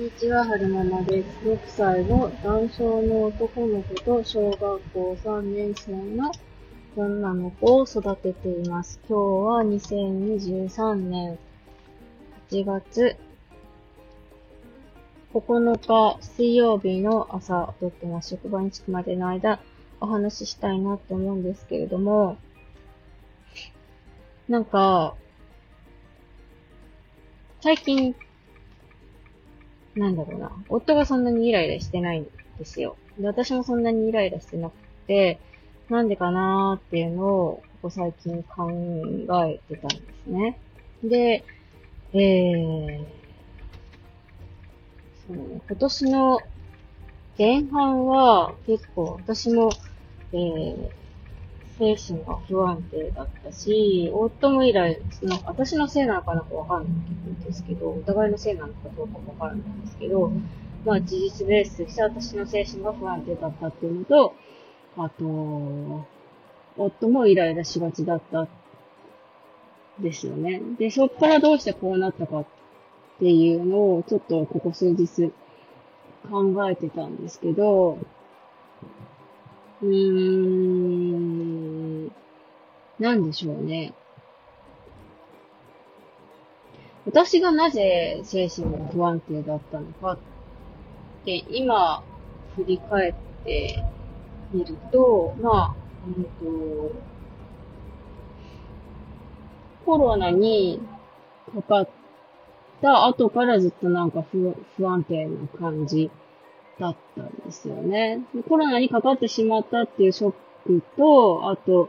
にちは、はるままです。6歳の男性の男の子と小学校3年生の女の子を育てています。今日は2023年8月9日水曜日の朝撮ってます。職場に着くまでの間お話ししたいなって思うんですけれども、最近夫がそんなにイライラしてないんですよ。で、私もそんなにイライラしてなくて、なんでかなーっていうのを、ここ最近考えてたんですね。で、今年の前半は結構私も、精神が不安定だったし、夫も私のせいなのかなかわかんないんですけど、お互いのせいなのかどうかもわからないんですけど、事実ベースとして私の精神が不安定だったっていうのと、あと、夫もイライラしがちだったですよね。で、そっからどうしてこうなったかっていうのをちょっとここ数日考えてたんですけど、なんでしょうね。私がなぜ精神が不安定だったのかって今振り返ってみると、コロナにかかった後からずっと不安定な感じだったんですよね。コロナにかかってしまったっていうショックと、あと、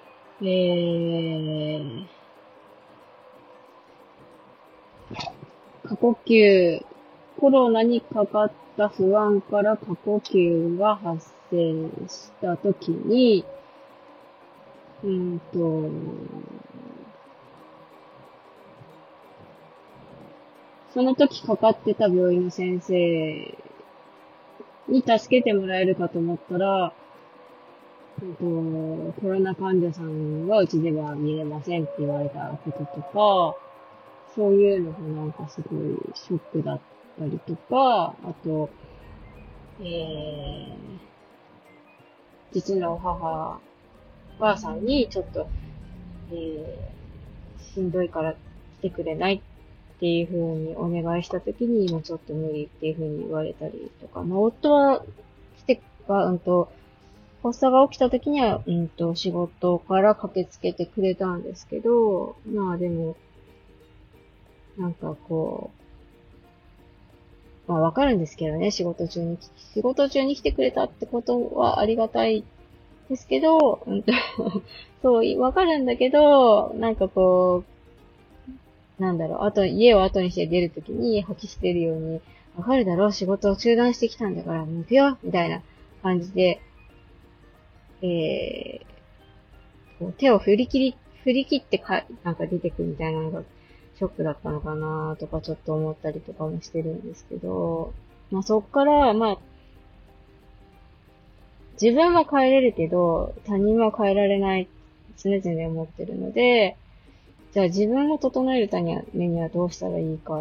過呼吸、コロナにかかった不安から過呼吸が発生したときに、その時かかってた病院の先生に助けてもらえるかと思ったら、コロナ患者さんはうちでは見れませんって言われたこととか、そういうのがすごいショックだったりとか、あと、実のお母さんにちょっと、しんどいから来てくれないっていう風にお願いしたときに、もうちょっと無理っていう風に言われたりとか、夫は発作が起きたときには、仕事から駆けつけてくれたんですけど、でも、わかるんですけどね、仕事中に来てくれたってことはありがたいですけど、そう、わかるんだけど、家を後にして出るときに吐き捨てるように、わかるだろ、仕事を中断してきたんだから、もう行くよみたいな感じで、手を振り切って出てくみたいなのがショックだったのかなとかちょっと思ったりとかもしてるんですけど、そっから、自分は変えれるけど、他人は変えられない、常々思ってるので、じゃあ自分を整えるためにはどうしたらいいかって、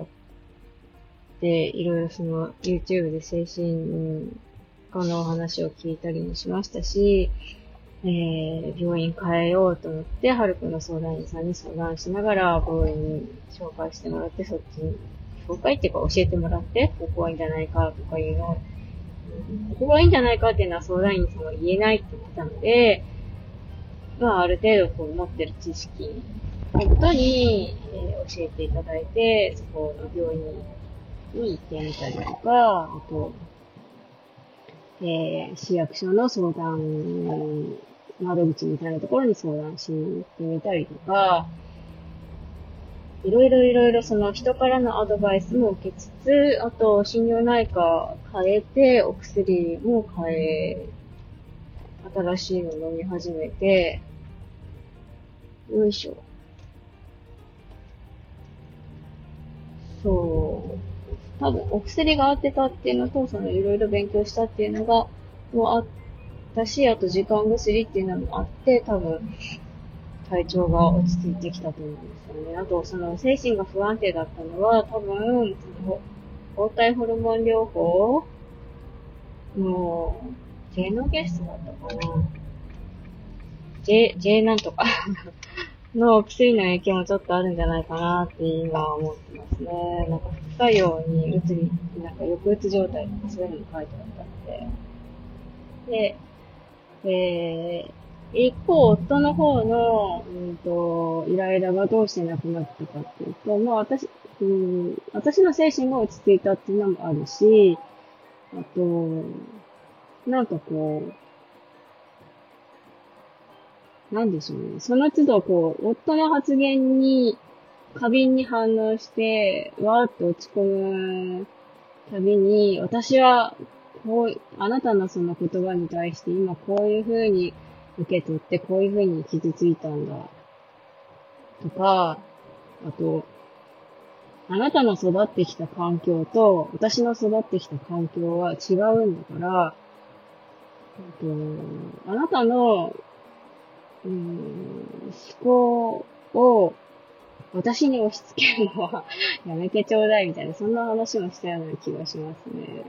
いろいろYouTube で精神科のお話を聞いたりもしましたし、病院変えようと思って、はるくんの相談員さんに相談しながら、病院に紹介してもらって、そっちに、紹介っていうか教えてもらって、ここはいいんじゃないかとかいうのを、ここがいいんじゃないかっていうのは相談員さんは言えないって言ってたので、ある程度持ってる知識をもとに、教えていただいて、そこの病院に行ってみたりとか、あと、市役所の相談窓口みたいなところに相談しに行ってみたりとか、いろいろ人からのアドバイスも受けつつ、あと心療内科変えて、お薬も新しいの飲み始めて、よいしょ。そう。多分、お薬が合ってたっていうのと、いろいろ勉強したっていうのが、もあったし、あと時間薬っていうのもあって、多分、体調が落ち着いてきたと思うんですよね。あと、精神が不安定だったのは、多分、 抗体ホルモン療法の、J のゲストだったかな。J なんとかの薬の影響もちょっとあるんじゃないかなって今思ってますね。なんか副作用になんか抑うつ状態とかそういうのも書いてあったので。で、一方、夫の方の、イライラがどうしてなくなったかっていうと、まあ私の精神が落ち着いたっていうのもあるし、あと、なんかこう、なんでしょうね。その都度夫の発言に過敏に反応して、わーっと落ち込むたびに、私は、あなたのその言葉に対して今こういう風に受け取ってこういう風に傷ついたんだ。とか、あと、あなたの育ってきた環境と私の育ってきた環境は違うんだから、あなたの、思考を私に押し付けるのはやめてちょうだいみたいな、そんな話もしたような気がしますね。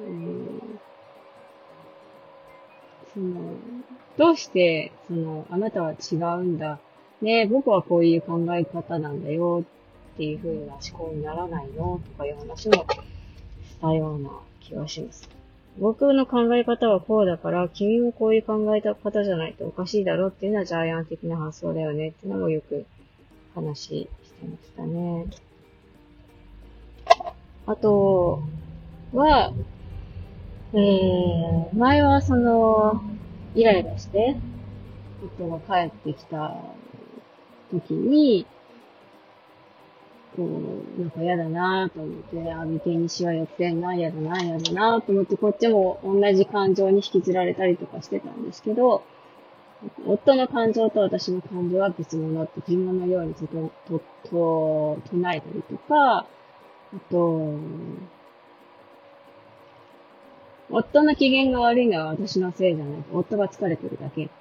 どうして、あなたは違うんだ。ね、僕はこういう考え方なんだよっていう風な思考にならないのとかいう話もしたような気がします。僕の考え方はこうだから、君もこういう考え方じゃないとおかしいだろっていうのはジャイアン的な発想だよねっていうのもよく話してましたね。あとは、前はイライラして、夫が帰ってきた時に、なんか嫌だなぁと思って、眉間にシワ寄ってんな、嫌だなと思って、こっちも同じ感情に引きずられたりとかしてたんですけど、夫の感情と私の感情は別物って自分のように唱えたりとか、あと、夫の機嫌が悪いのは私のせいじゃない。夫が疲れてるだけって。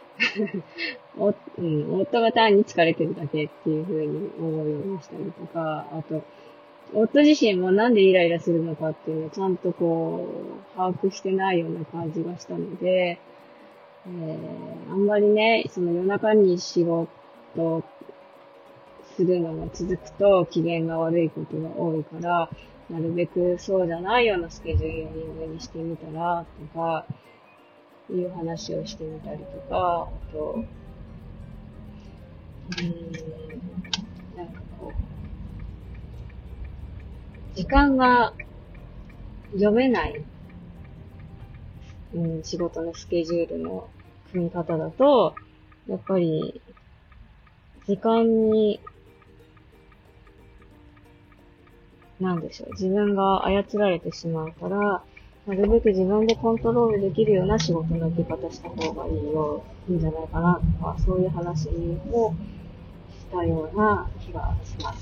夫が単に疲れてるだけっていう風に思うようにしたりとか、あと、夫自身もなんでイライラするのかっていうのをちゃんと把握してないような感じがしたので、あんまりね、夜中に仕事するのが続くと機嫌が悪いことが多いから、なるべくそうじゃないようなスケジューリングにしてみたら、とか、いう話をしてみたりとか、あと、なんか時間が読めない、仕事のスケジュールの組み方だと、やっぱり、時間に、なんでしょう、自分が操られてしまうから、なるべく自分でコントロールできるような仕事の受け方した方がいいんじゃないかなとか、そういう話をしたような気がします。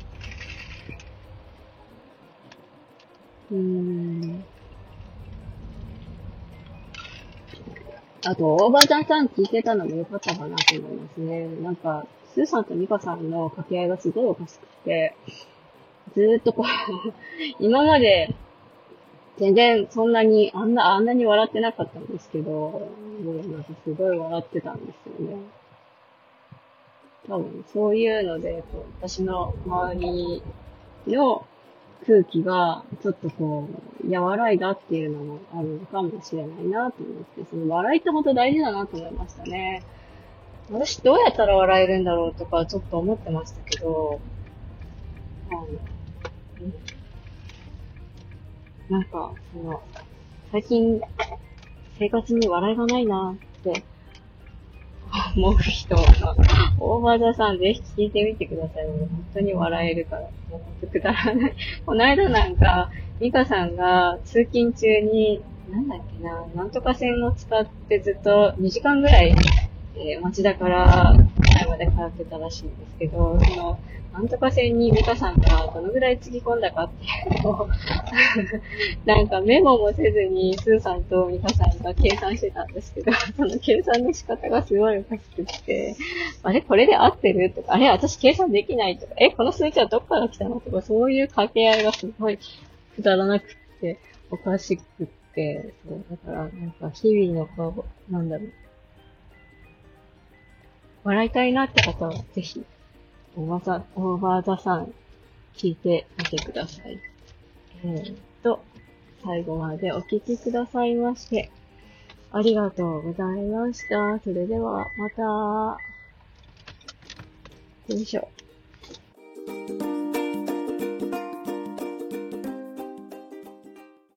あと、オーバーザンさん聞いてたのも良かったかなと思いますね。なんか、スーさんとミカさんの掛け合いがすごいおかしくて、ずーっと今まで、全然そんなに、あんなに笑ってなかったんですけど、もうなんかすごい笑ってたんですよね。多分そういうので、私の周りの空気がちょっと和らいだっていうのもあるのかもしれないなと思って、笑いって本当大事だなと思いましたね。私どうやったら笑えるんだろうとかちょっと思ってましたけど、なんか、最近、生活に笑いがないなって思う人は、オーバーザさんぜひ聞いてみてください。本当に笑えるから。もうくだらない。この間なんか、ミカさんが通勤中に、なんだっけな、なんとか線を使ってずっと2時間ぐらい町田から前まで通ってたらしいんですけど、その、なんとか線に美香さんがどのぐらいつぎ込んだかっていうのをなんかメモもせずに、スーさんと美香さんが計算してたんですけど、その計算の仕方がすごいおかしくって、あれこれで合ってるとか、あれ私計算できないとか、この数字はどっから来たのとか、そういう掛け合いがすごいくだらなくって、おかしくって、そう、だから、なんか日々のこう、なんだろう、笑いたいなって方は、ぜひ、オーバーザさん、聞いてみてください。最後までお聞きくださいまして、ありがとうございました。それでは、また。よいしょ。